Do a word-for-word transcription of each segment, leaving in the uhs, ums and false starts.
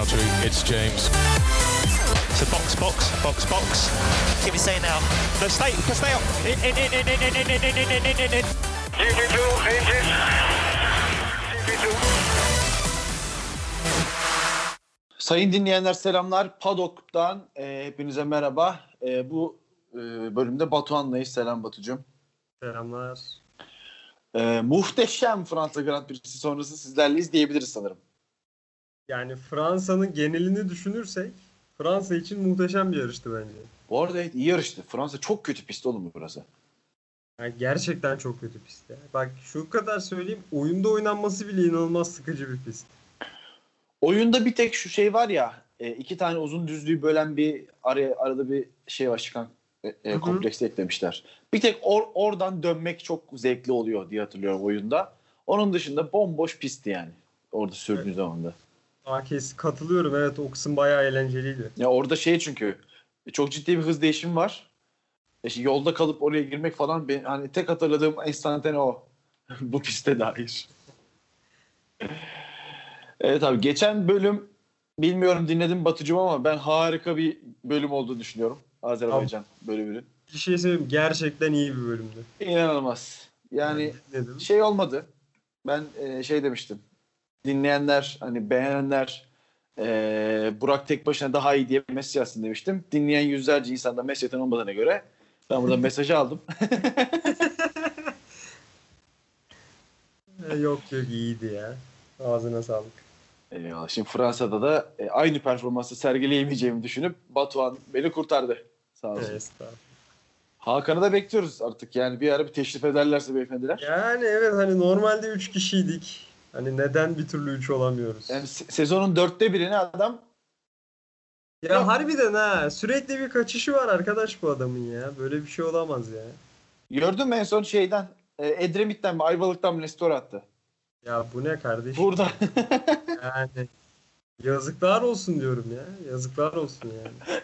Valtteri, it's James. So box, box, box, box. Give me say now. No, stay, stay up. In, in, in, in, in, in, in, in, in, in, in, in. G P two, engine. G P two. Sayın dinleyenler selamlar. Paddock'tan e, hepinize merhaba. E, bu e, bölümde Batuhan'layız. Selam Batucuğum. Selamlar. E, muhteşem Fransa Grand Prix'si sonrası sizlerleyiz diyebiliriz sanırım. Yani Fransa'nın genelini düşünürsek Fransa için muhteşem bir yarıştı bence. Bu arada evet, iyi yarıştı. Fransa çok kötü pist oğlum burası. Yani gerçekten çok kötü pist ya. Bak şu kadar söyleyeyim, oyunda oynanması bile inanılmaz sıkıcı bir pist. Oyunda bir tek şu şey var ya, e, iki tane uzun düzlüğü bölen bir araya, arada bir şey var, çıkan e, e, kompleksi eklemişler. Bir tek or, oradan dönmek çok zevkli oluyor diye hatırlıyorum oyunda. Onun dışında bomboş pistti yani. Orada sürdüğün evet. zaman da. Aa, kes, katılıyorum, evet, o kısım bayağı eğlenceliydi. Ya orada şey, çünkü çok ciddi bir hız değişimi var. İşte yolda kalıp oraya girmek falan, ben, hani tek hatırladığım enstantane o. Bu piste dair. Evet abi, geçen bölüm bilmiyorum dinledim Batucuğum ama ben harika bir bölüm olduğunu düşünüyorum. Azerbaycan abi, bölümünün. Bir şey söyleyeyim, gerçekten iyi bir bölümdü. İnanılmaz. Yani yani şey olmadı. Ben e, şey demiştim. Dinleyenler, hani beğenenler e, Burak tek başına daha iyi diye mesaj yazsın demiştim. Dinleyen yüzlerce insanda mesajdan olmadığına göre ben buradan mesajı aldım. Yok yok, iyiydi ya. Ağzına sağlık. Eyvallah. Şimdi Fransa'da da e, aynı performansı sergileyemeyeceğimi düşünüp Batuhan beni kurtardı. Sağ olsun. Evet, Hakan'ı da bekliyoruz artık. Yani bir ara bir teşrif ederlerse beyefendiler. Yani evet, hani normalde üç kişiydik. Hani neden bir türlü üç olamıyoruz? Yani se- sezonun dörtte birini adam... Ya yok. Harbiden ha. Sürekli bir kaçışı var arkadaş bu adamın ya. Böyle bir şey olamaz ya. Gördün mü en son şeyden? E, Edremit'ten mi? Ayvalık'tan mı? Restore attı. Ya bu ne kardeşim? Burada. Yani yazıklar olsun diyorum ya. Yazıklar olsun yani.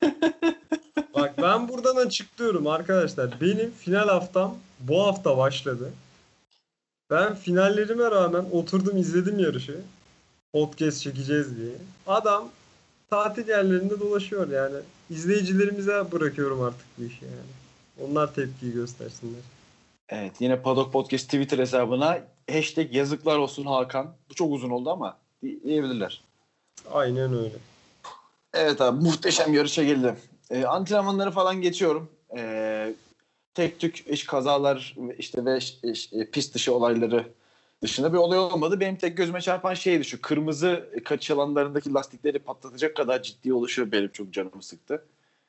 Bak ben buradan açıklıyorum arkadaşlar. Benim final haftam bu hafta başladı. Ben finallerime rağmen oturdum izledim yarışı. Podcast çekeceğiz diye. Adam tatil yerlerinde dolaşıyor yani. İzleyicilerimize bırakıyorum artık bu işi yani. Onlar tepkiyi göstersinler. Evet, yine Paddock Podcast Twitter hesabına hashtag yazıklar olsun Hakan. Bu çok uzun oldu ama diyebilirler. Aynen öyle. Evet abi, muhteşem yarışa geldim. Ee, antrenmanları falan geçiyorum. Ee, tek tük iş kazalar işte ve iş, iş, pist dışı olayları dışında bir olay olmadı. Benim tek gözüme çarpan şeydi şu: kırmızı kaçış alanlarındaki lastikleri patlatacak kadar ciddi oluşuyor, benim çok canımı sıktı.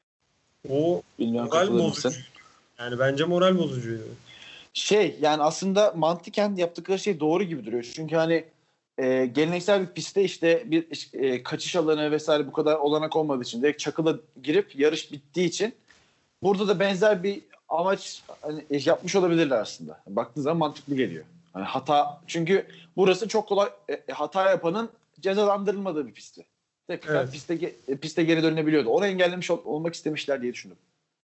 O bilmiyorum, moral bozucu. Yani bence moral bozucuydu. Şey, yani aslında mantıken yaptıkları şey doğru gibi duruyor. Çünkü hani e, geleneksel bir pistte işte bir e, kaçış alanı vesaire bu kadar olanak olmadığı için, direkt çakıla girip yarış bittiği için burada da benzer bir amaç hani, yapmış olabilirler aslında. Baktığınız zaman mantıklı geliyor. Hani hata, çünkü burası çok kolay e, hata yapanın cezalandırılmadığı bir pistti. Tekrar evet. piste, piste geri dönülebiliyordu. Onu engellemiş ol, olmak istemişler diye düşündüm.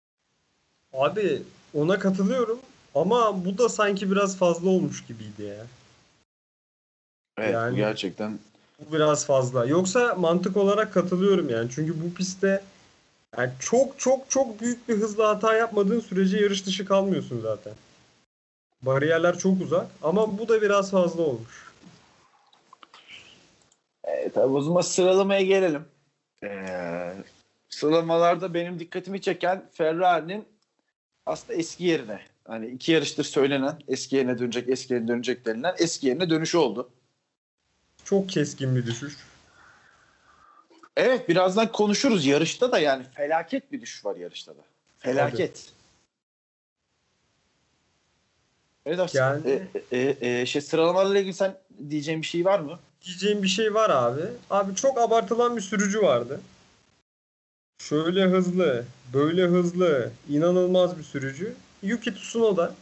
Abi ona katılıyorum ama bu da sanki biraz fazla olmuş gibiydi ya. Evet, yani, gerçekten. Bu biraz fazla. Yoksa mantık olarak katılıyorum yani. Çünkü bu pistte yani çok çok çok büyük bir hızla hata yapmadığın sürece yarış dışı kalmıyorsun zaten. Bariyerler çok uzak ama bu da biraz fazla olmuş. Evet abi, o zaman sıralamaya gelelim. Ee, sıralamalarda benim dikkatimi çeken Ferrari'nin aslında eski yerine, hani iki yarıştır söylenen eski yerine dönecek, eski yerine dönecek denilen eski yerine dönüşü oldu. Çok keskin bir düşüş. Evet, birazdan konuşuruz. Yarışta da yani felaket bir düşüş var yarışta da. Felaket. Evet aslında. Yani... E, e, e, şey, sıralamalarla ilgili sen diyeceğin bir şey var mı? Diyeceğim bir şey var abi. Abi çok abartılan bir sürücü vardı. Şöyle hızlı, böyle hızlı, inanılmaz bir sürücü. Yuki Tsunoda.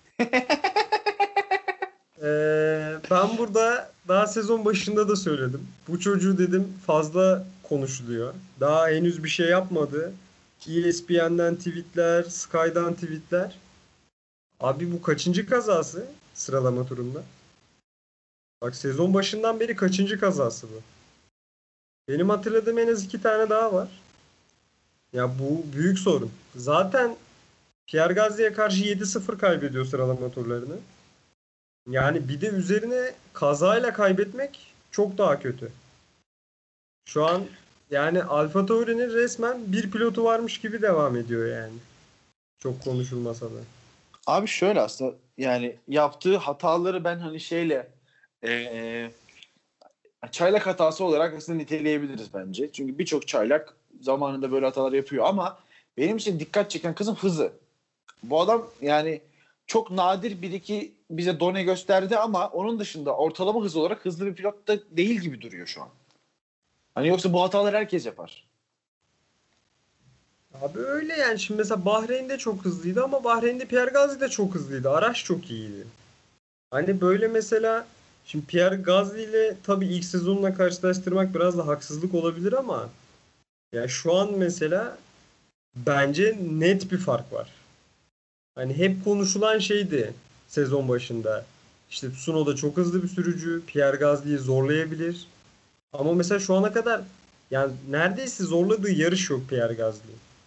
ee, ben burada daha sezon başında da söyledim. Bu çocuğu dedim fazla konuşuluyor. Daha henüz bir şey yapmadı. E S P N'den tweetler, Sky'dan tweetler. Abi bu kaçıncı kazası sıralama turunda? Bak sezon başından beri kaçıncı kazası bu? Benim hatırladığım en az iki tane daha var. Ya bu büyük sorun. Zaten Pierre Gasly'ye karşı yedi sıfır kaybediyor sıralama turlarını. Yani bir de üzerine kazayla kaybetmek çok daha kötü. Şu an yani AlphaTauri'nin resmen bir pilotu varmış gibi devam ediyor yani. Çok konuşulmasa da. Abi şöyle aslında yani yaptığı hataları ben hani şeyle ee, çaylak hatası olarak aslında niteleyebiliriz bence. Çünkü birçok çaylak zamanında böyle hatalar yapıyor ama benim için dikkat çeken kısım hızı. Bu adam yani çok nadir bir iki bize done gösterdi ama onun dışında ortalama hız olarak hızlı bir pilot da değil gibi duruyor şu an. Hani yoksa bu hataları herkes yapar. Abi öyle yani. Şimdi mesela Bahreyn'de çok hızlıydı ama Bahreyn'de Pierre Gasly de çok hızlıydı. Araç çok iyiydi. Hani böyle mesela şimdi Pierre Gasly ile tabii ilk sezonla karşılaştırmak biraz da haksızlık olabilir ama ya şu an mesela bence net bir fark var. Hani hep konuşulan şeydi sezon başında. İşte Tsunoda çok hızlı bir sürücü. Pierre Gasly'yi zorlayabilir. Ama mesela şu ana kadar yani neredeyse zorladığı yarış yok Pierre Gasly.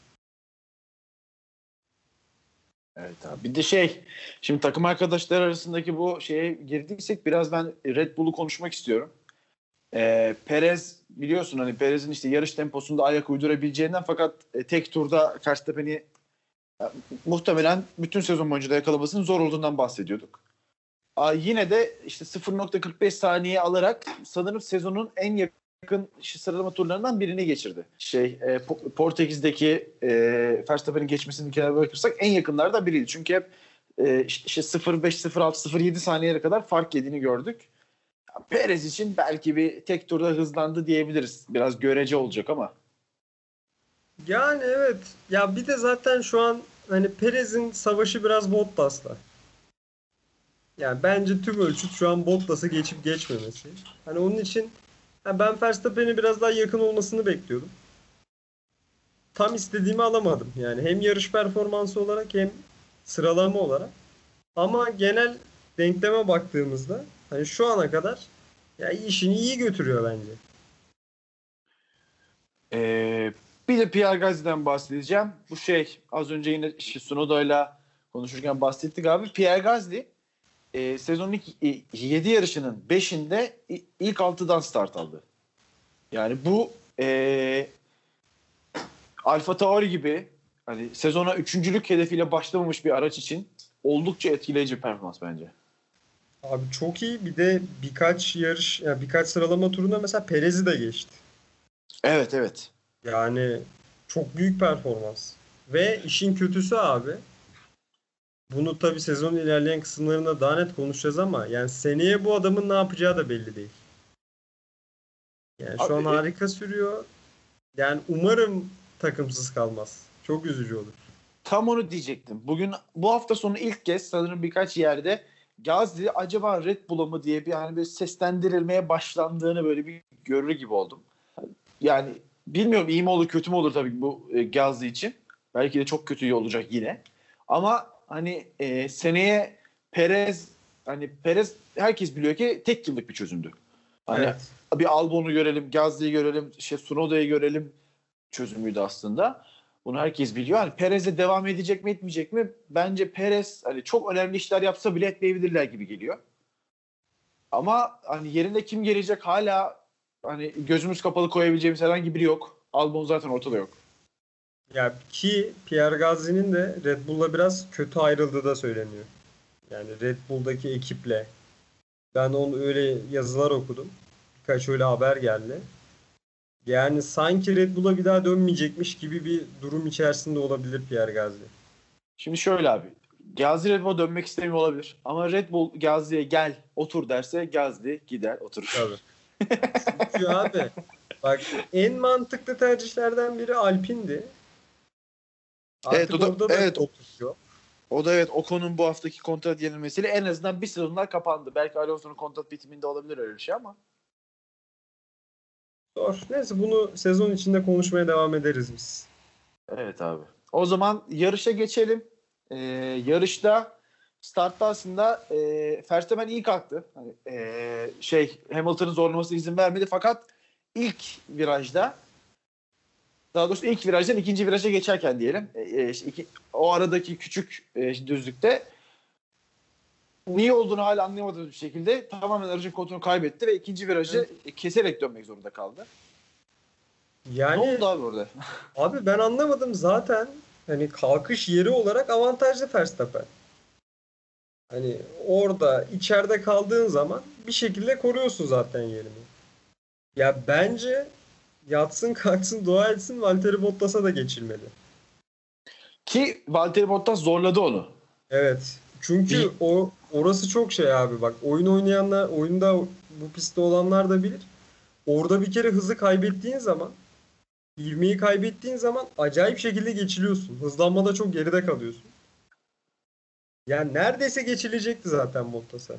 Evet abi. Bir de şey, şimdi takım arkadaşlar arasındaki bu şeye girdiysek biraz ben Red Bull'u konuşmak istiyorum. Ee, Perez biliyorsun hani Perez'in işte yarış temposunda ayak uydurabileceğinden fakat e, tek turda Verstappen'i e, muhtemelen bütün sezon boyunca da yakalamasının zor olduğundan bahsediyorduk. Aa, yine de işte sıfır nokta kırk beş saniye alarak sanırım sezonun en yakın sıralama turlarından birini geçirdi. Şey e, Portekiz'deki e, Verstappen'in geçmesini kenara bırakırsak en yakınlardan biriydi. Çünkü hep e, işte sıfır beş, sıfır altı, sıfır yedi saniyelere kadar fark yediğini gördük. Perez için belki bir tek turda hızlandı diyebiliriz. Biraz görece olacak ama. Yani evet. Ya bir de zaten şu an hani Perez'in savaşı biraz Bottas'la. Yani bence tüm ölçüt şu an Bottas'ı geçip geçmemesi. Hani onun için ha ben Verstappen'e biraz daha yakın olmasını bekliyordum. Tam istediğimi alamadım. Yani hem yarış performansı olarak hem sıralama olarak. Ama genel denkleme baktığımızda hani şu ana kadar ya işini iyi götürüyor bence. Ee, bir de Pierre Gasly'den bahsedeceğim. Bu şey az önce yine Tsunoda'yla konuşurken bahsettik abi. Pierre Gasly e, sezonun ilk yedi yarışının beşinde ilk altıdan start aldı. Yani bu e, AlphaTauri gibi hani sezona üçüncülük hedefiyle başlamamış bir araç için oldukça etkileyici bir performans bence. Abi çok iyi. Bir de birkaç yarış, yani birkaç sıralama turunda mesela Perez'i de geçti. Evet evet. Yani çok büyük performans. Ve işin kötüsü abi, bunu tabii sezonun ilerleyen kısımlarında daha net konuşacağız ama yani seneye bu adamın ne yapacağı da belli değil. Yani şu Abi, an harika sürüyor. Yani umarım takımsız kalmaz. Çok üzücü olur. Tam onu diyecektim. Bugün bu hafta sonu ilk kez sanırım birkaç yerde Gasly acaba Red Bull'a mı diye bir hani bir seslendirilmeye başlandığını böyle bir görür gibi oldum. Yani bilmiyorum iyi mi olur kötü mü olur tabii bu e, Gasly için. Belki de çok kötü olacak yine. Ama hani e, seneye Perez hani Perez herkes biliyor ki tek yıllık bir çözümdü. Hani Evet. bir Albon'u görelim, Gasly'yi görelim, şey Tsunoda'yı görelim çözümüydü aslında. Bunu herkes biliyor. Hani Perez'e devam edecek mi etmeyecek mi? Bence Perez hani çok önemli işler yapsa bile etmeyebilirler gibi geliyor. Ama hani yerinde kim gelecek hala hani gözümüz kapalı koyabileceğimiz herhangi biri yok. Albon zaten ortada yok. Ya ki Pierre Gasly'nin de Red Bull'la biraz kötü ayrıldığı da söyleniyor. Yani Red Bull'daki ekiple. Ben onu öyle yazılar okudum. Birkaç öyle haber geldi. Yani sanki Red Bull'a bir daha dönmeyecekmiş gibi bir durum içerisinde olabilir Pierre Gasly. Şimdi şöyle abi. Gasly Red Bull'a dönmek istemiyor olabilir. Ama Red Bull Gasly'ye gel otur derse Gasly gider oturur. Tabii. Çünkü abi bak en mantıklı tercihlerden biri Alpine'di. Artık Evet, o da- orada da evet, o- oturuyor. O da evet Ocon'un bu haftaki kontrat yenilmesiyle en azından bir sezonlar kapandı. Belki Alonso'nun kontrat bitiminde olabilir öyle bir şey ama. Zor. Neyse bunu sezon içinde konuşmaya devam ederiz biz. Evet abi. O zaman yarışa geçelim. Ee, yarışta startta aslında e, Verstappen iyi kalktı. Hani, e, şey Hamilton'ın zorlamasına izin vermedi fakat ilk virajda, daha doğrusu ilk virajdan ikinci viraja geçerken diyelim, e, işte iki, o aradaki küçük e, düzlükte niye olduğunu hala anlayamadığımız bir şekilde tamamen aracın kontrolünü kaybetti ve ikinci virajı evet. keserek dönmek zorunda kaldı. Yani, ne oldu abi orada? Abi ben anlamadım zaten. Hani kalkış yeri olarak avantajlı Verstappen. Hani orada içeride kaldığın zaman bir şekilde koruyorsun zaten yerini. Ya bence yatsın kalksın dua etsin Valtteri Bottas'a da geçilmeli. Ki Valtteri Bottas zorladı onu. Evet. Çünkü bir... o orası çok şey abi bak. Oyun oynayanlar, oyunda bu pistte olanlar da bilir. Orada bir kere hızı kaybettiğin zaman, ivmeyi kaybettiğin zaman acayip şekilde geçiliyorsun. Hızlanmada çok geride kalıyorsun. Yani neredeyse geçilecekti zaten Bottas'a.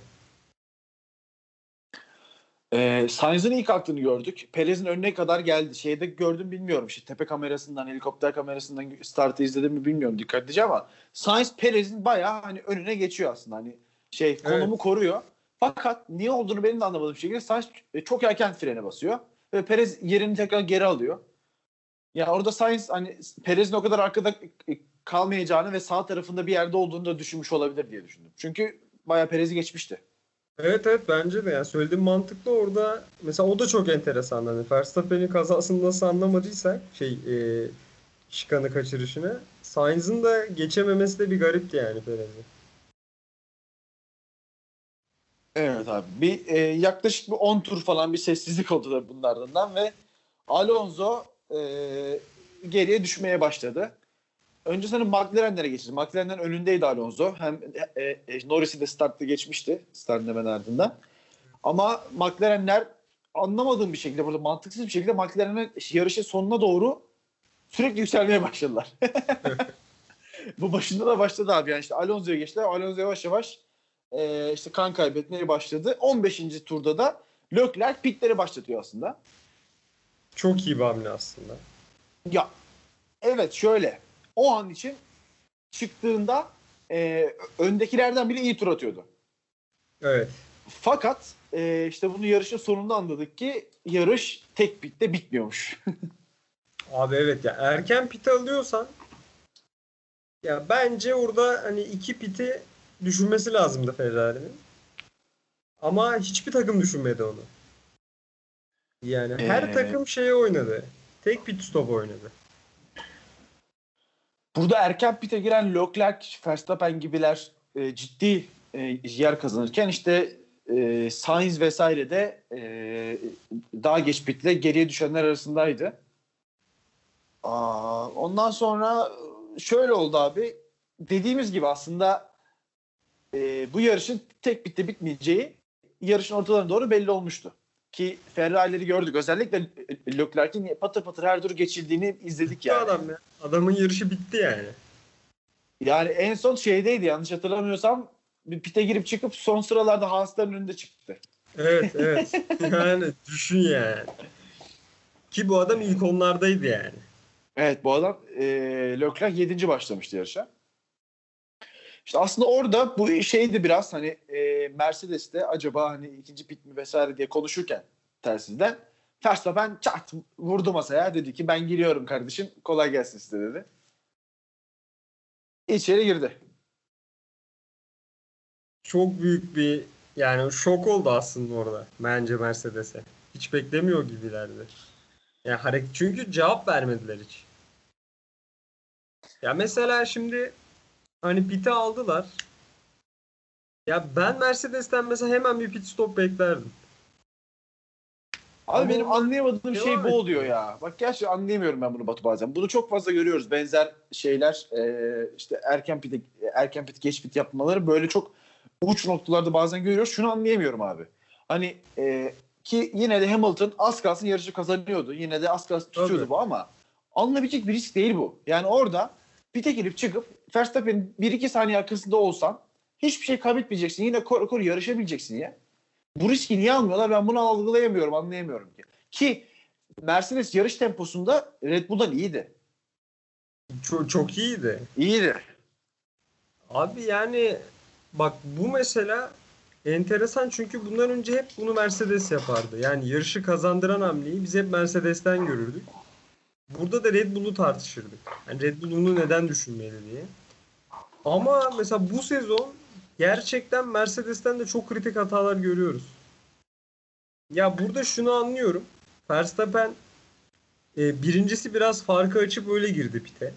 Ee, Sainz'ın ilk aklını gördük. Perez'in önüne kadar geldi. Şeyde gördüm bilmiyorum. İşte tepe kamerasından, helikopter kamerasından startı izledim mi bilmiyorum dikkatlice ama Sainz Perez'in bayağı hani önüne geçiyor aslında. Hani şey konumu evet. koruyor. Fakat niye olduğunu benim de anlamadığım şekilde Sainz çok erken frene basıyor ve Perez yerini tekrar geri alıyor. Yani orada Sainz hani Perez'in o kadar arkada kalmayacağını ve sağ tarafında bir yerde olduğunu da düşünmüş olabilir diye düşündüm. Çünkü bayağı Perez'i geçmişti. Evet evet bence de yani söylediğim mantıklı orada. Mesela o da çok enteresan. Hani Verstappen'in kazasını nasıl anlamadıysak şey e, şikanı kaçırışını Sainz'ın da geçememesi de bir garipti yani Perez'i. Evet abi. Bir e, yaklaşık bir on tur falan bir sessizlik oldu da bunlardan ve Alonso e, geriye düşmeye başladı. Önce sana McLaren'lere geçti. McLaren'den önündeydi Alonso. Hem e, e, Norris'i de startta geçmişti. Startın hemen ardından. Ama McLaren'ler anlamadığım bir şekilde, burada mantıksız bir şekilde McLaren'in yarışın sonuna doğru sürekli yükselmeye başladılar. Bu başında da başladı abi. Yani işte Alonso'ya geçtiler. Alonso yavaş yavaş e, işte kan kaybetmeye başladı. on beşinci turda da Leclerc pitleri başlatıyor aslında. Çok iyi bir hamle aslında. Ya evet şöyle. O an için çıktığında e, öndekilerden biri iyi tur atıyordu. Evet. Fakat e, işte bunu yarışın sonunda anladık ki yarış tek pitte bitmiyormuş. Abi evet ya erken piti alıyorsan ya bence orada hani iki piti düşünmesi lazımdı Ferrari'nin. Ama hiçbir takım düşünmedi onu. Yani her ee... takım şeye oynadı. Tek pit stop oynadı. Burada erken pite giren Leclerc, Verstappen gibiler e, ciddi e, yer kazanırken işte e, Sainz vesaire de e, daha geç pitle geriye düşenler arasındaydı. Aa, ondan sonra şöyle oldu abi. Dediğimiz gibi aslında e, bu yarışın tek pitte bitmeyeceği yarışın ortalarına doğru belli olmuştu. Ki Ferrari'leri gördük. Özellikle Leclerc'in patır patır her tur geçildiğini izledik yani. Adam ya. Adamın yarışı bitti yani. Yani en son şeydeydi yanlış hatırlamıyorsam bir pite girip çıkıp son sıralarda Haas'ların önünde çıktı. Evet evet. Yani düşün yani. Ki bu adam ilk onlardaydı yani. Evet bu adam e, Leclerc yedinci başlamıştı yarışa. İşte aslında orada bu şeydi biraz hani e, Mercedes'te acaba hani ikinci pit mi vesaire diye konuşurken tersizden Verstappen çat vurdu masaya dedi ki ben giriyorum kardeşim kolay gelsin size dedi. İçeri girdi. Çok büyük bir yani şok oldu aslında orada bence Mercedes'e. Hiç beklemiyor gibilerdi. Yani hareket çünkü cevap vermediler hiç. Ya mesela şimdi hani pit'i aldılar. Ya ben Mercedes'ten mesela hemen bir pit stop beklerdim. Abi Ama benim anlayamadığım şey bu oluyor ya. Bak gerçekten anlayamıyorum ben bunu Batu bazen. Bunu çok fazla görüyoruz. Benzer şeyler e, işte erken pit erken pit geç pit yapmaları böyle çok uç noktalarda bazen görüyoruz. Şunu anlayamıyorum abi. Hani e, ki yine de Hamilton az kalsın yarışı kazanıyordu. Yine de az kalsın tutuyordu Tabii. bu ama alınabilecek bir risk değil bu. Yani orada pit'e girip çıkıp Verstappen'in bir iki saniye arkasında olsan hiçbir şey kaybetmeyeceksin. Yine kor kor yarışabileceksin ya. Bu riski niye almıyorlar? Ben bunu algılayamıyorum, anlayamıyorum ki. Ki Mercedes yarış temposunda Red Bull'dan iyiydi. Çok, çok iyiydi. İyiydi. Abi yani bak bu mesela enteresan çünkü bundan önce hep bunu Mercedes yapardı. Yani yarışı kazandıran hamleyi biz hep Mercedes'ten görürdük. Burada da Red Bull'u tartışırdık. Yani Red Bull bunu neden düşünmeli diye. Ama mesela bu sezon gerçekten Mercedes'ten de çok kritik hatalar görüyoruz. Ya burada şunu anlıyorum. Verstappen e, birincisi biraz farkı açıp öyle girdi pite.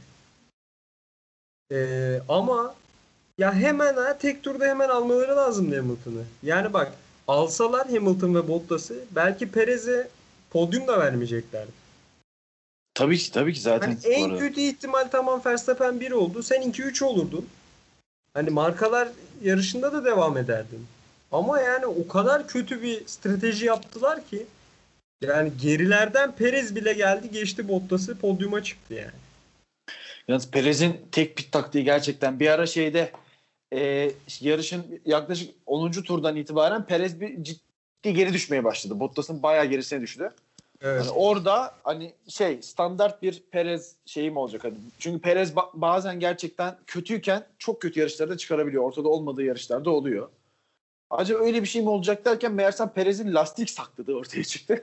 E, ama ya hemen ha tek turda hemen almaları lazım Hamilton'ı. Yani bak alsalar Hamilton ve Bottas'ı belki Perez'e podyum da vermeyeceklerdi. Tabii ki tabii ki zaten. Hani en kötü ihtimal tamam Verstappen bir oldu. Sen iki üç olurdun. Hani markalar yarışında da devam ederdin. Ama yani o kadar kötü bir strateji yaptılar ki yani gerilerden Perez bile geldi geçti Bottas'ı podyuma çıktı yani. Yalnız Perez'in tek pit taktiği gerçekten bir ara şeyde e, yarışın yaklaşık onuncu turdan itibaren Perez bir ciddi geri düşmeye başladı. Bottas'ın bayağı gerisine düştü. Evet. Yani orada hani şey standart bir Perez şeyim olacak hadi. Çünkü Perez ba- bazen gerçekten kötüyken çok kötü yarışlarda çıkarabiliyor. Ortada olmadığı yarışlarda oluyor. Acaba öyle bir şey mi olacak derken meğersem Perez'in lastik sakladığı ortaya çıktı.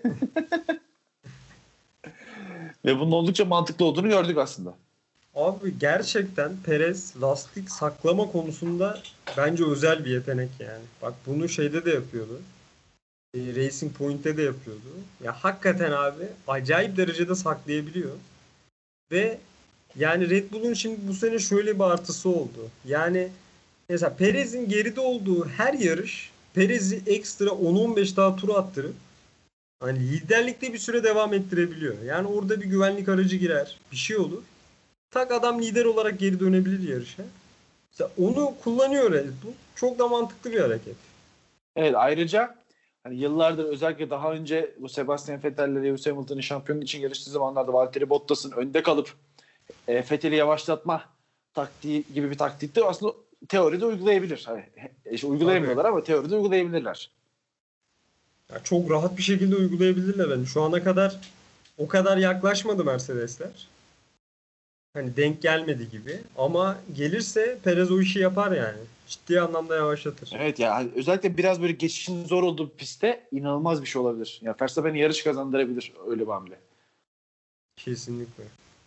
Ve bunun oldukça mantıklı olduğunu gördük aslında. Abi gerçekten Perez lastik saklama konusunda bence özel bir yetenek yani. Bak bunu şeyde de yapıyordu. E, Racing Point'te de yapıyordu. Ya hakikaten abi acayip derecede saklayabiliyor. Ve yani Red Bull'un şimdi bu sene şöyle bir artısı oldu. Yani mesela Perez'in geride olduğu her yarış Perez'i ekstra on on beş daha tur attırıp hani liderlikte bir süre devam ettirebiliyor. Yani orada bir güvenlik aracı girer, bir şey olur. Tak adam lider olarak geri dönebilir yarışa. Mesela onu kullanıyor Red Bull. Çok da mantıklı bir hareket. Evet ayrıca hani yıllardır özellikle daha önce bu Sebastian Vettel'le Lewis Hamilton'ın şampiyonluk için yarıştığı zamanlarda Valtteri Bottas'ın önde kalıp e, Vettel'i yavaşlatma taktiği gibi bir taktik de aslında teoride uygulayabilir. Hani, işte uygulayamıyorlar Tabii. ama teoride uygulayabilirler. Ya çok rahat bir şekilde uygulayabilirler. Yani şu ana kadar o kadar yaklaşmadı Mercedesler. Hani denk gelmedi gibi. Ama gelirse Perez o işi yapar yani. Ciddi anlamda yavaşlatır. Evet ya yani özellikle biraz böyle geçişin zor olduğu bir pistte inanılmaz bir şey olabilir. Ya yani Verstappen'i yarış kazandırabilir öyle bir hamle. Kesinlikle.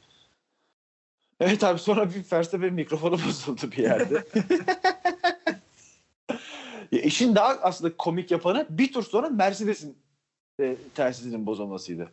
Evet abi sonra bir Verstappen mikrofonu bozuldu bir yerde. Ya işin daha aslında komik yapanı bir tur sonra Mercedes'in e, telsizinin bozulmasıydı.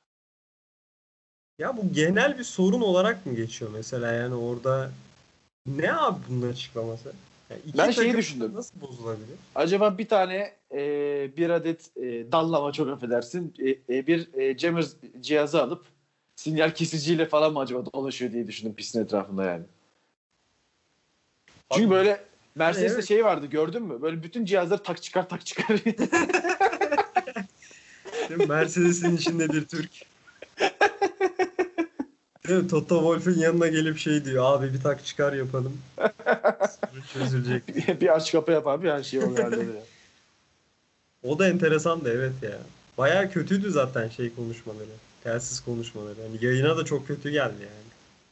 Ya bu genel bir sorun olarak mı geçiyor mesela yani orada ne abi bunun açıklaması? Yani iki ben şeyi düşündüm. Nasıl bozulabilir? Acaba bir tane e, bir adet e, dallama çok affedersin e, e, bir e, jammer cihazı alıp sinyal kesiciyle falan mı acaba dolaşıyor diye düşündüm pistin etrafında yani. Çünkü abi, böyle Mercedes'te evet. şey vardı gördün mü? Böyle bütün cihazları tak çıkar tak çıkar. Mercedes'in içinde bir Türk. Değil mi? Toto Wolff'un yanına gelip şey diyor. Abi bir tak çıkar yapalım. Çözülecek. bir aç kapı yap abi her şey oluyor. O da enteresan da evet ya. Bayağı kötüydü zaten şey konuşmaları. Telsiz konuşmaları. Yani yayına da çok kötü geldi yani.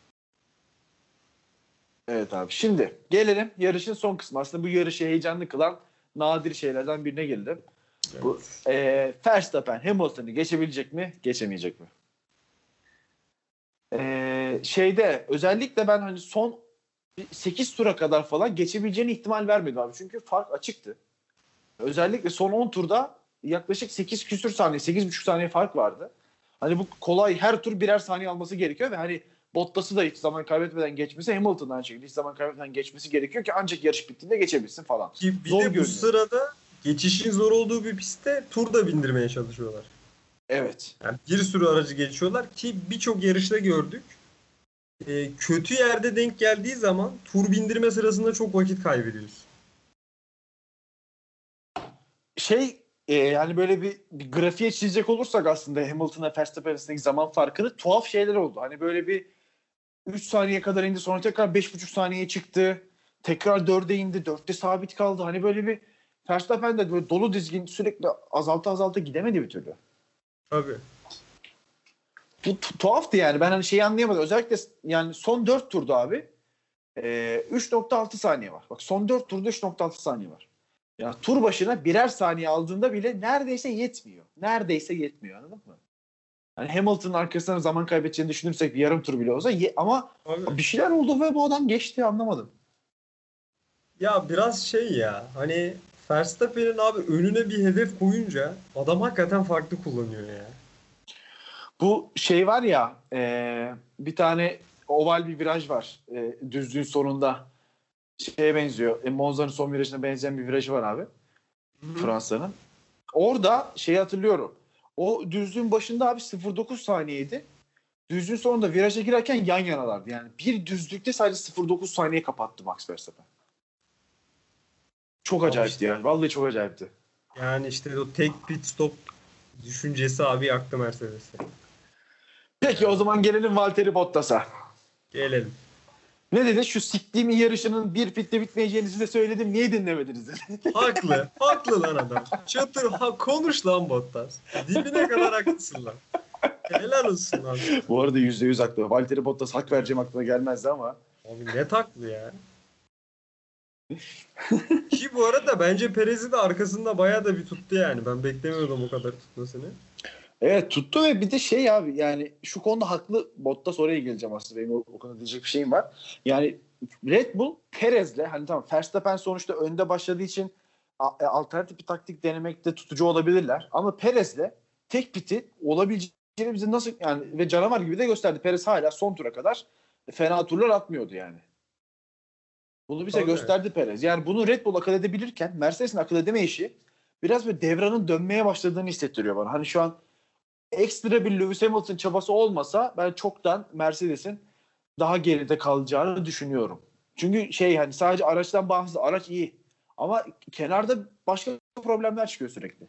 Evet abi. Şimdi gelelim yarışın son kısmı. Aslında bu yarışı heyecanlı kılan nadir şeylerden birine gelelim. Evet. Bu e, Verstappen Hamilton'ı geçebilecek mi? Geçemeyecek mi? Ee, şeyde özellikle ben hani son sekiz tura kadar falan geçebileceğine ihtimal vermedim abi. Çünkü fark açıktı. Özellikle son on turda yaklaşık sekiz küsür saniye, sekiz buçuk saniye fark vardı. Hani bu kolay her tur birer saniye alması gerekiyor ve hani Bottas'ı da hiç zaman kaybetmeden geçmesi, Hamilton'dan aynı şekilde hiç zaman kaybetmeden geçmesi gerekiyor ki ancak yarış bittiğinde geçebilsin falan. Ki bir zor de görünüyor. Bu sırada geçişin zor olduğu bir pistte tur da bindirmeye çalışıyorlar. Evet. Yani bir sürü aracı geçiyorlar ki birçok yarışta gördük. Ee, kötü yerde denk geldiği zaman tur bindirme sırasında çok vakit kaybediyoruz. Şey e, yani böyle bir, bir grafiğe çizecek olursak aslında Hamilton'la Verstappen arasındaki zaman farkını tuhaf şeyler oldu. Hani böyle bir üç saniye kadar indi sonra tekrar beş buçuk saniyeye çıktı. Tekrar dörde indi. dörtte sabit kaldı. Hani böyle bir Verstappen de böyle dolu dizgin sürekli azalta azalta gidemedi bir türlü. Tabii. Bu tu- tuhaftı yani. Ben hani şeyi anlayamadım. Özellikle yani son dört turda abi e, üç nokta altı saniye var. Bak son dört turda üç nokta altı saniye var. Ya tur başına birer saniye aldığında bile neredeyse yetmiyor. Neredeyse yetmiyor, anladın mı? Yani Hamilton'ın arkasından zaman kaybedeceğini düşünürsek bir yarım tur bile olsa ye- ama Abi, bir şeyler oldu ve bu adam geçti, anlamadım. ya biraz şey ya hani Verstappen'in abi önüne bir hedef koyunca adam hakikaten farklı kullanıyor ya. Bu şey var ya, e, bir tane oval bir viraj var e, düzlüğün sonunda. Şeye benziyor. E, Monza'nın son virajına benzeyen bir virajı var abi. Hı. Fransa'nın. Orada şeyi hatırlıyorum. O düzlüğün başında abi sıfır virgül dokuz saniyeydi. Düzlüğün sonunda viraja girerken yan yanalardı. Yani bir düzlükte sadece sıfır virgül dokuz saniye kapattı Max Verstappen. Çok Abi acayipti işte, yani. Vallahi çok acayipti. yani işte o tek pit stop düşüncesi abi yaktı Mercedes'i. Peki o zaman gelelim Valtteri Bottas'a. Gelelim. Ne dedi? Şu siktiğim yarışının bir pitte bitmeyeceğini size söyledim. Niye dinlemediniz dedi. Haklı. Haklı lan adam. Çatır ha, konuş lan Bottas. Dibine kadar haklısın lan. Helal olsun lan. Bu arada yüzde yüz haklı. Valtteri Bottas hak vereceğim aklıma gelmezdi ama. Abi ne haklı ya. Ki bu arada bence Perez'i de arkasında bayağı da bir tuttu yani. Ben beklemiyordum o kadar tutmasını. Evet tuttu ve bir de şey abi, yani şu konuda haklı Bottas, oraya geleceğim aslında, benim o, o konuda diyecek bir şeyim var. Yani Red Bull Perez'le, hani tamam Verstappen sonuçta önde başladığı için a- e, alternatif bir taktik denemekte tutucu olabilirler. Ama Perez'le tek piti olabileceğini bize nasıl, yani ve canavar gibi de gösterdi. Perez hala son tura kadar fena turlar atmıyordu yani. Bunu bize Tabii. gösterdi Perez. Yani bunu Red Bull akıl edebilirken Mercedes'in akıl edeme işi biraz böyle devranın dönmeye başladığını hissettiriyor bana. Hani şu an ekstra bir Lewis Hamilton çabası olmasa ben çoktan Mercedes'in daha geride kalacağını düşünüyorum. Çünkü şey, hani sadece araçtan bağımsız, araç iyi ama kenarda başka problemler çıkıyor sürekli.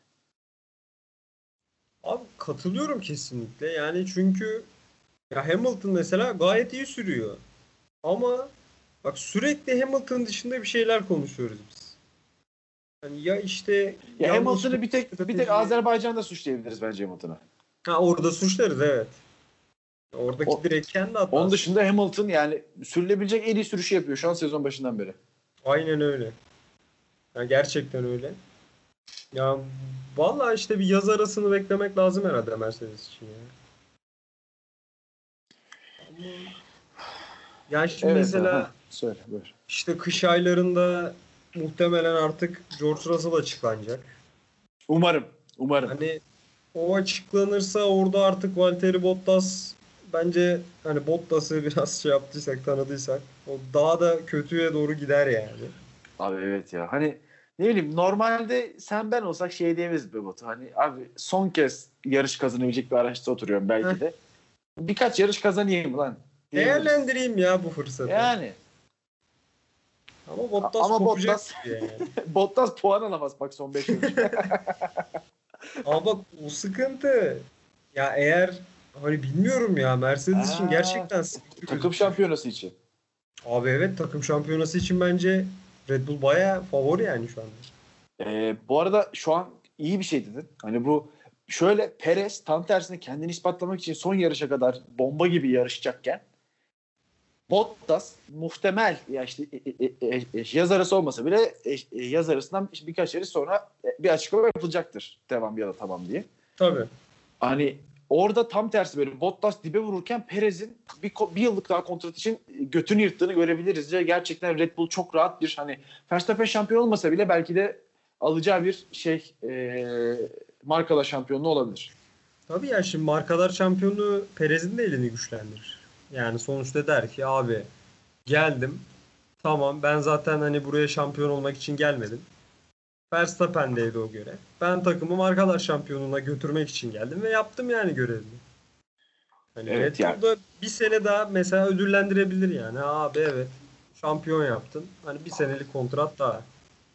Abi katılıyorum kesinlikle. Yani çünkü ya Hamilton mesela gayet iyi sürüyor. Ama bak sürekli Hamilton dışında bir şeyler konuşuyoruz biz. Hani ya işte Ya yanlış Hamilton'ı bir tek bir tek strateji- Azerbaycan'da suçlayabiliriz bence Hamilton'a. Ha, orada suçlarız evet. Oradaki O- direkt kendi hatası. Onun dışında Hamilton yani sürülebilecek en iyi sürüşü yapıyor şu an sezon başından beri. Aynen öyle. Ya gerçekten öyle. Ya vallahi işte bir yaz arasını beklemek lazım herhalde Mercedes için ya. Ama ya şimdi Evet, mesela aha, söyle buyur. işte kış aylarında muhtemelen artık George Russell açıklanacak. Umarım. Umarım. Hani o açıklanırsa orada artık Valtteri Bottas bence hani Bottas'ı biraz şey yaptıysak, tanıdıysak o daha da kötüye doğru gider yani. Abi evet ya. Hani ne bileyim, normalde sen ben olsak şey diyemeyiz be Batu. Hani abi son kez yarış kazanabilecek bir araçta oturuyorum belki de. Birkaç yarış kazanayım lan diyebiliriz. Değerlendireyim ya bu fırsatı. Yani. Ama Bottas Ama kopacak Bottas- gibi yani. Bottas puan alamaz bak son beş yarış. Ama bak o sıkıntı. Ya eğer hani bilmiyorum ya Mercedes için Aa, gerçekten sıkıntı Takım gözüküyor. şampiyonası için. Abi evet takım şampiyonası için bence Red Bull bayağı favori yani şu anda. Ee, bu arada şu an iyi bir şey dedin. Hani bu şöyle, Perez tam tersine kendini ispatlamak için son yarışa kadar bomba gibi yarışacakken Bottas muhtemel ya işte e, e, e, e, yaz arası olmasa bile e, e, yaz arasından birkaç yarış sonra e, bir açıklama yapılacaktır. Devam ya da tamam diye. Tabii. Hani orada tam tersi böyle Bottas dibe vururken Perez'in bir, ko- bir yıllık daha kontrat için götünü yırttığını görebiliriz. Ve gerçekten Red Bull çok rahat bir, hani Verstappen şampiyon olmasa bile belki de alacağı bir şey e, markala şampiyonluğu olabilir. Tabii ya şimdi markalar şampiyonu Perez'in de elini güçlendirir. Yani sonuçta der ki abi geldim. Tamam ben zaten hani buraya şampiyon olmak için gelmedim. Verstappen'deydi o görev. Ben takımı markalar şampiyonluğuna götürmek için geldim ve yaptım yani görevimi. Hani Evet, Red yani. Bull'da bir sene daha mesela ödüllendirebilir yani. Ha, abi evet şampiyon yaptın. Hani bir senelik kontrat daha.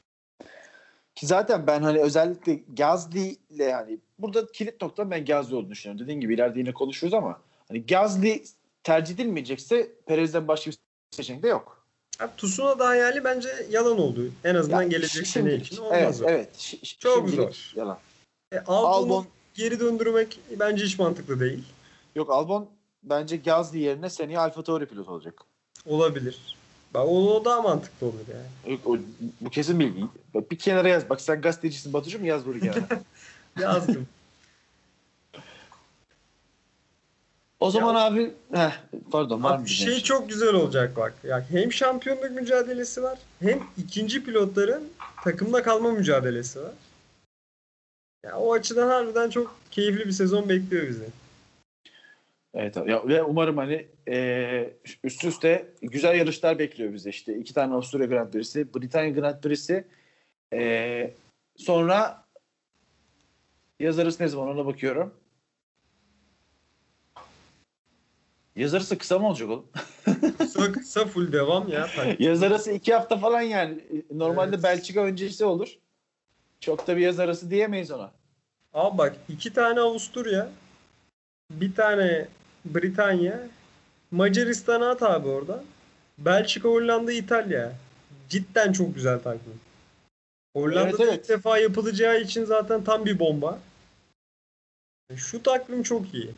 Ki zaten ben hani özellikle Gasly ile, yani burada kilit nokta ben Gasly olduğunu düşünüyorum. Dediğin gibi ileride yine konuşuruz ama hani Gasly tercih edilmeyecekse Perez'den başka bir seçenek de yok. Abi Tsunoda hayali bence yalan oldu. En azından Ya, gelecek şimdi- sene için olmaz. Evet, o. evet. Ş- ş- Çok şimdilik zor. Yalan. E, Albon'u Albon geri döndürmek bence hiç mantıklı değil. yok, Albon bence Gasly yerine seneye AlphaTauri pilot olacak. Olabilir. Bak o, o daha mantıklı olur yani. Yok, o, bu kesin bilgi. Bak bir kenara yaz. Bak sen gazetecisin Batucuğum, yaz bunu kenara. Yazdım. O zaman abi heh, pardon var mı Bak bir şey çok güzel olacak bak. Ya hem şampiyonluk mücadelesi var, hem ikinci pilotların takımda kalma mücadelesi var. Ya o açıdan harbiden çok keyifli bir sezon bekliyor bizi. Evet abi. Ya, ve umarım hani e, üst üste güzel yarışlar bekliyor bizi işte. İki tane Avusturya Grand Prix'si, Britanya Grand Prix'si. E, sonra yazarısı ne zaman ona bakıyorum. Yazarısı kısa mı olacak oğlum? Kısa kısa full devam ya. Yazarısı iki hafta falan yani. Normalde Evet. Belçika öncesi olur. Çok da bir yazarısı diyemeyiz ona. Abi bak iki tane Avusturya, bir tane Britanya, Macaristan'a at abi orada. Belçika, Hollanda, İtalya. Cidden çok güzel takvim. Hollanda'da Evet, evet. ilk defa yapılacağı için zaten tam bir bomba. Şu takvim çok iyi.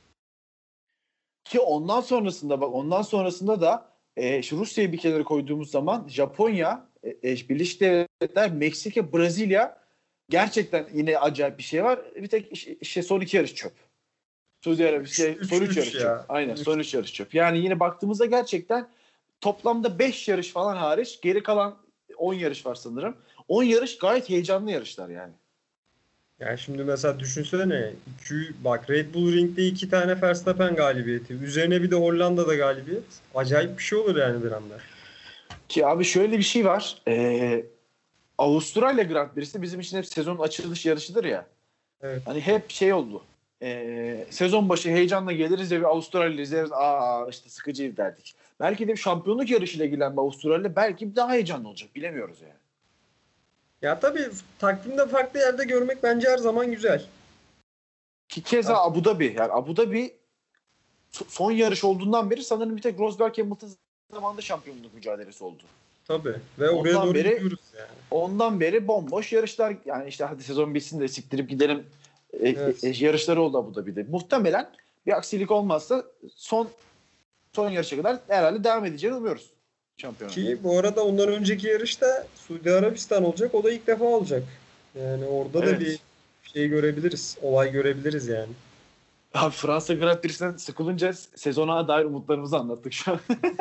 Ki ondan sonrasında bak ondan sonrasında da e, şu Rusya'yı bir kenara koyduğumuz zaman Japonya, e, e, Birleşik Devletler, Meksika, Brezilya gerçekten yine acayip bir şey var. Bir tek işte, işte son iki yarış çöp. Suudi Arabistan Üç- son üç üç- yarış üç çöp. ya. Aynen Üç. son üç yarış çöp. Yani yine baktığımızda gerçekten toplamda beş yarış falan hariç geri kalan on yarış var sanırım. on yarış gayet heyecanlı yarışlar yani. Yani şimdi mesela düşünsene iki, bak Red Bull Ring'de iki tane Verstappen galibiyeti. Üzerine bir de Hollanda'da galibiyet. Acayip bir şey olur yani bir anda. Ki abi şöyle bir şey var. Ee, Avustralya Grand Prix'si bizim için hep sezonun açılış yarışıdır ya. Evet. Hani hep şey oldu. Ee, sezon başı heyecanla geliriz ve bir Avustralya izleriz. Aa işte sıkıcı derdik. Belki de şampiyonluk yarışıyla ilgilen bir Avustralya belki daha heyecanlı olacak. Bilemiyoruz yani. Ya tabii takvimde farklı yerde görmek bence her zaman güzel. Ki keza Abu Dhabi. Yani Abu Dhabi so- son yarış olduğundan beri sanırım bir tek Rosberg Hamilton zamanında şampiyonluk mücadelesi oldu. Tabii. Ve oraya Ondan doğru beri- gidiyoruz yani. Ondan beri bomboş yarışlar yani işte hadi sezon bitsin de siktirip gidelim e, Evet. e, yarışları oldu Abu Dhabi'de. Muhtemelen bir aksilik olmazsa son son yarışa kadar herhalde devam edeceğini umuyoruz şampiyonluğu. Ki bu arada ondan önceki yarışta Suudi Arabistan olacak. O da ilk defa olacak. Yani orada da Evet. bir şey görebiliriz. Olay görebiliriz yani. Abi Fransa Grand Prix'sinden sıkılınca sezona dair umutlarımızı anlattık şu an.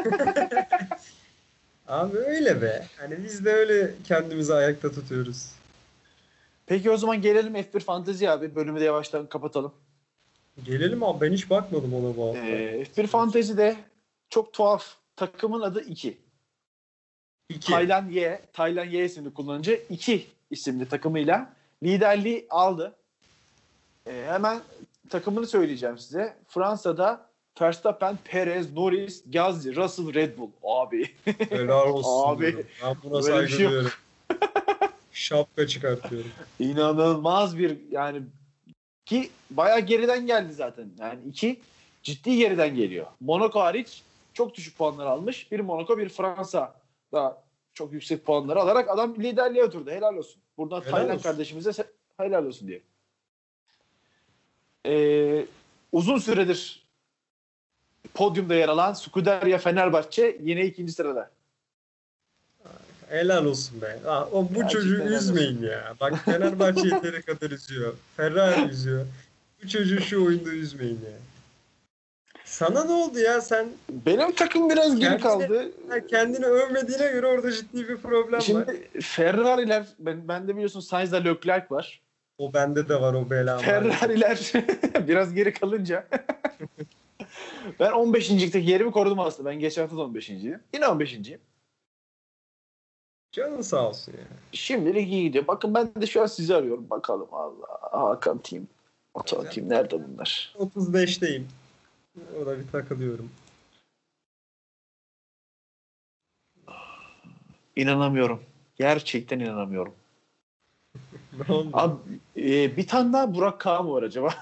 Abi öyle be. Hani biz de öyle kendimizi ayakta tutuyoruz. Peki o zaman gelelim F bir Fantasy abi. Bölümü de yavaştan kapatalım. Gelelim abi. Ben hiç bakmadım ona bu hafta. Ee, F bir Fantasy'de çok tuhaf. Takımın adı iki. İki. Taylan Y, Taylan Y isimli kullanıcı iki isimli takımıyla liderliği aldı. Ee, hemen takımını söyleyeceğim size. Fransa'da Verstappen, Perez, Norris, Gasly, Russell, Red Bull. Abi. Helal olsun. Abi, diyorum. Ben buna böyle bir saygı şey yok. duyuyorum. Şapka çıkartıyorum. İnanılmaz bir yani ki bayağı geriden geldi zaten. Yani iki ciddi geriden geliyor. Monaco hariç çok düşük puanlar almış. Bir Monaco, bir Fransa da çok yüksek puanları alarak adam liderliğe oturdu. Helal olsun. Buradan Helal Taylan olsun. kardeşimize se- helal olsun diye. Ee, uzun süredir podyumda yer alan Scuderia Fenerbahçe yine ikinci sırada. Helal olsun be. Ha, o, bu Gerçekten çocuğu helal üzmeyin ya. Bak Fenerbahçe yeteri kadar üzüyor. Ferrari üzüyor. Bu çocuğu şu oyunda üzmeyin ya. Sana ne oldu ya? Sen Benim takım biraz geri Kendine- kaldı. ha, kendini övmediğine göre orada ciddi bir problem var. Şimdi Ferrari'ler, ben, bende biliyorsun Sainz'la Leclerc var. O bende de var o bela var. Ferrari'ler biraz geri kalınca ben on beşinci yerimi korudum aslında. Ben geçen hafta da on beşinciydim. Yine on beşinciyim. Canın sağ olsun ya. Şimdilik iyi gidiyor. Bakın ben de şu an sizi arıyorum. Bakalım Allah. Hakan Team. Otoan Team nerede bunlar? otuz beşteyim. Orada bir takılıyorum. İnanamıyorum. Gerçekten inanamıyorum. Ne oldu? Abi e, bir tane daha Burak Kağan mı var acaba?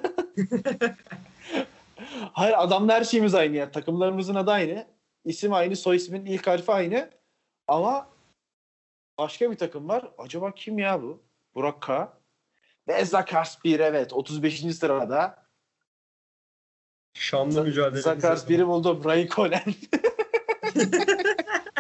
Hayır adamla her şeyimiz aynı ya. Takımlarımızın adı aynı. İsim aynı. Soy ismin ilk harfi aynı. Ama başka bir takım var. Acaba kim ya bu? Burak Kağan. Ve Zakars bir evet. otuz beşinci sırada. Şanlı mücadele. Zakars biri buldum. Raikkonen.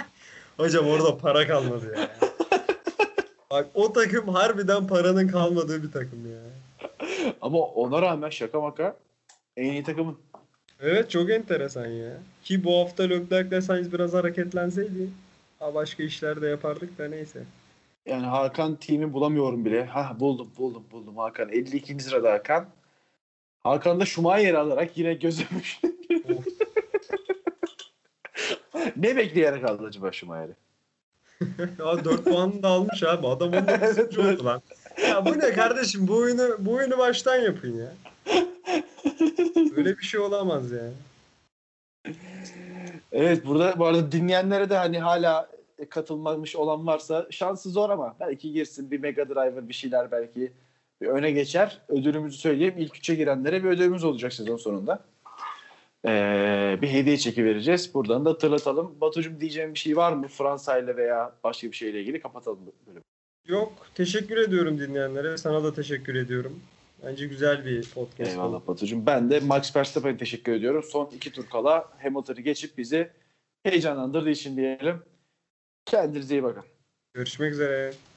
Hocam orada para kalmadı ya. Bak o takım harbiden paranın kalmadığı bir takım ya. Ama ona rağmen şaka maka en iyi takımın. Evet çok enteresan ya. Ki bu hafta Leclerc'le Sainz biraz hareketlenseydi ha başka işler de yapardık da neyse. Yani Hakan team'i bulamıyorum bile. Ha buldum buldum buldum Hakan. elli ikinci sırada Hakan. Hakan da Schumacher'i alarak yine gözümüş. Ne bekleyerek aldı acaba Schumacher'i? Ya dört puanını da almış abi. Adam onunla kısıtçı oldu lan. Ya bu ne kardeşim? Bu oyunu, bu oyunu baştan yapın ya. Böyle bir şey olamaz ya. Evet burada bu arada dinleyenlere de hani hala katılmamış olan varsa şansı zor ama belki girsin bir Mega Driver bir şeyler belki bir öne geçer. Ödülümüzü söyleyeyim. İlk üçe girenlere bir ödülümüz olacak sezon sonunda. Ee, bir hediye çeki vereceğiz. Buradan da hatırlatalım. Batucuğum diyeceğim bir şey var mı? Fransa ile veya başka bir şeyle ilgili kapatalım bölümü. Yok. Teşekkür ediyorum dinleyenlere. Sana da teşekkür ediyorum. Bence güzel bir podcast Eyvallah oldu. Batucuğum. Ben de Max Verstappen'e teşekkür ediyorum. Son iki tur kala Hamilton'ı geçip bizi heyecanlandırdığı için diyelim. Kendinize iyi bakın. Görüşmek üzere.